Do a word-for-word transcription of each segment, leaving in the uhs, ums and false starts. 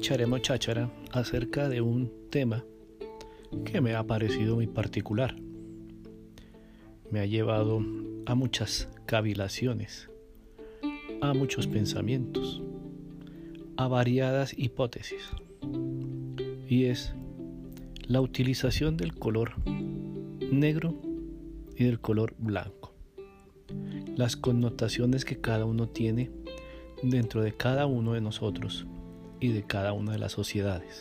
echaremos cháchara acerca de un tema que me ha parecido muy particular. Me ha llevado a muchas cavilaciones, a muchos pensamientos, a variadas hipótesis, y es la utilización del color negro y del color blanco, las connotaciones que cada uno tiene dentro de cada uno de nosotros y de cada una de las sociedades.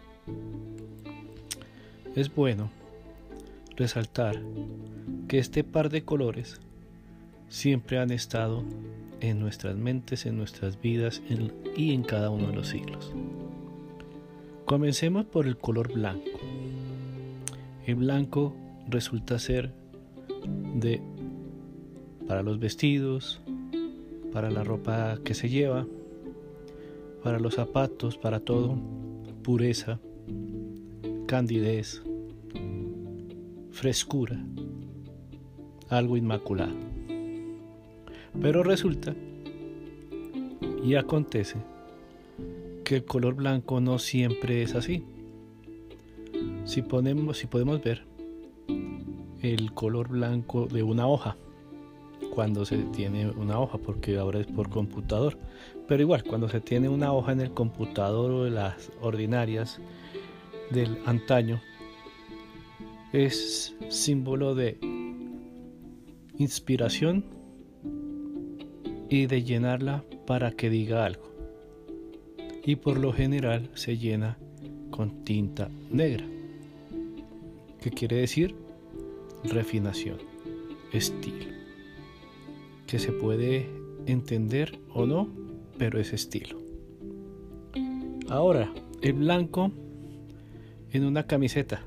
Es bueno resaltar que este par de colores siempre han estado en nuestras mentes, en nuestras vidas en, y en cada uno de los siglos. Comencemos por el color blanco. El blanco resulta ser de para los vestidos, para la ropa que se lleva, para los zapatos, para todo, pureza, candidez, frescura, algo inmaculado. Pero resulta y acontece que el color blanco no siempre es así. Si ponemos, si podemos ver el color blanco de una hoja, cuando se tiene una hoja, porque ahora es por computador, pero igual cuando se tiene una hoja en el computador o de las ordinarias del antaño, es símbolo de inspiración y de llenarla para que diga algo, y por lo general se llena con tinta negra, que quiere decir refinación, estilo, que se puede entender o no, pero es estilo. Ahora, el blanco en una camiseta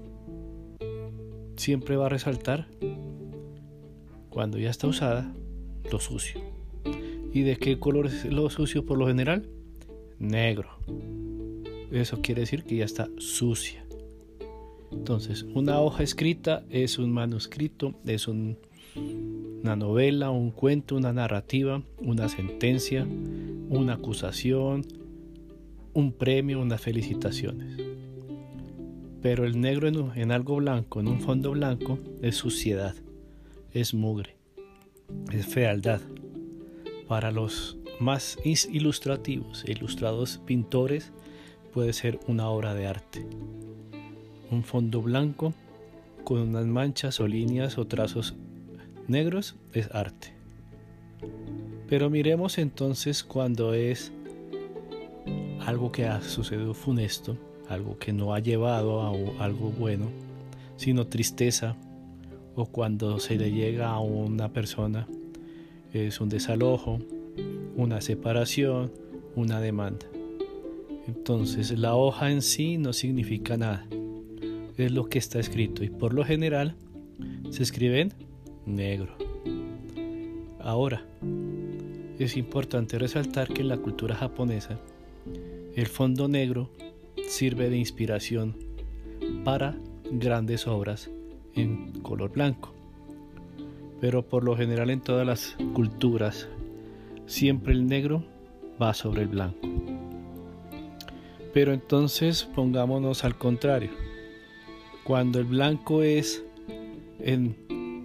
siempre va a resaltar, cuando ya está usada, lo sucio. ¿Y de qué color es lo sucio por lo general? Negro. Eso quiere decir que ya está sucia. Entonces, una hoja escrita es un manuscrito, es un una novela, un cuento, una narrativa, una sentencia, una acusación, un premio, unas felicitaciones. Pero el negro en, en algo blanco, en un fondo blanco, es suciedad, es mugre, es fealdad. Para los más ilustrativos e ilustrados pintores puede ser una obra de arte. Un fondo blanco con unas manchas o líneas o trazos negros es arte. Pero miremos entonces cuando es algo que ha sucedido funesto, algo que no ha llevado a algo bueno, sino tristeza, o cuando se le llega a una persona es un desalojo, una separación, una demanda. Entonces la hoja en sí no significa nada, es lo que está escrito, y por lo general se escribe en negro. Ahora, es importante resaltar que en la cultura japonesa el fondo negro sirve de inspiración para grandes obras en color blanco, pero por lo general en todas las culturas siempre el negro va sobre el blanco. Pero entonces pongámonos al contrario. Cuando el blanco es en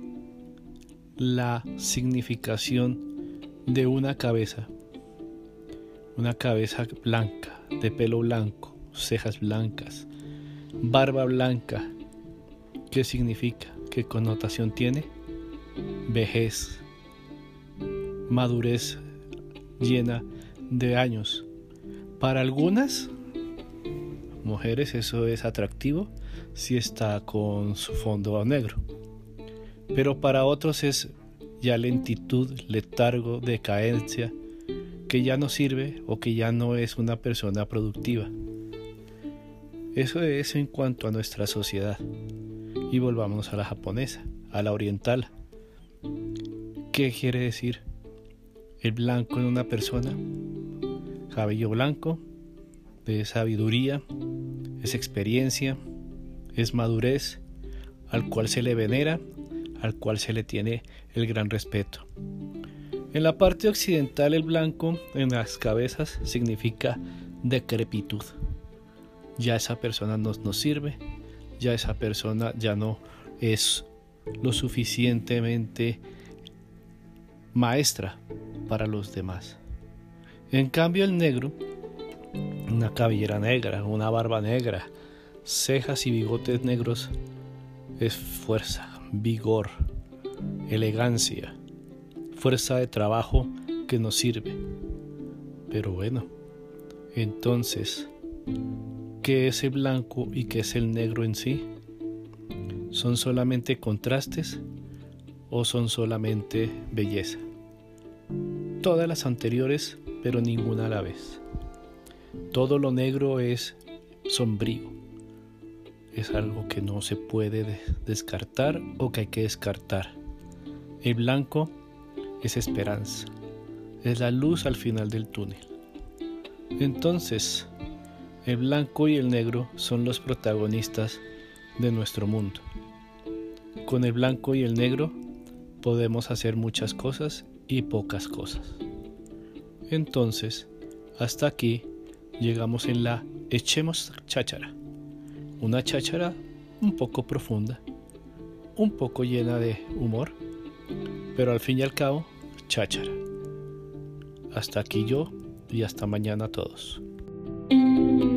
la significación de una cabeza, una cabeza blanca, de pelo blanco, cejas blancas, barba blanca, ¿qué significa? ¿Qué connotación tiene? Vejez, madurez llena de años. Para algunas mujeres eso es atractivo si está con su fondo negro, pero para otros es ya lentitud, letargo, decadencia, que ya no sirve o que ya no es una persona productiva. Eso es en cuanto a nuestra sociedad. Y volvamos a la japonesa, a la oriental. ¿Qué quiere decir el blanco en una persona? Cabello blanco es sabiduría, es experiencia, es madurez, al cual se le venera, al cual se le tiene el gran respeto. En la parte occidental el blanco en las cabezas significa decrepitud. Ya esa persona no nos sirve, ya esa persona ya no es lo suficientemente maestra para los demás. En cambio el negro, una cabellera negra, una barba negra, cejas y bigotes negros, es fuerza, vigor, elegancia, fuerza de trabajo que nos sirve. Pero bueno, entonces, ¿qué es el blanco y qué es el negro en sí? ¿Son solamente contrastes o son solamente belleza? Todas las anteriores, pero ninguna a la vez. Todo lo negro es sombrío. Es algo que no se puede descartar o que hay que descartar. El blanco es esperanza. Es la luz al final del túnel. Entonces, el blanco y el negro son los protagonistas de nuestro mundo. Con el blanco y el negro podemos hacer muchas cosas y pocas cosas. Entonces, hasta aquí llegamos en la Echemos Cháchara. Una cháchara un poco profunda, un poco llena de humor, pero al fin y al cabo, cháchara. Hasta aquí yo y hasta mañana a todos.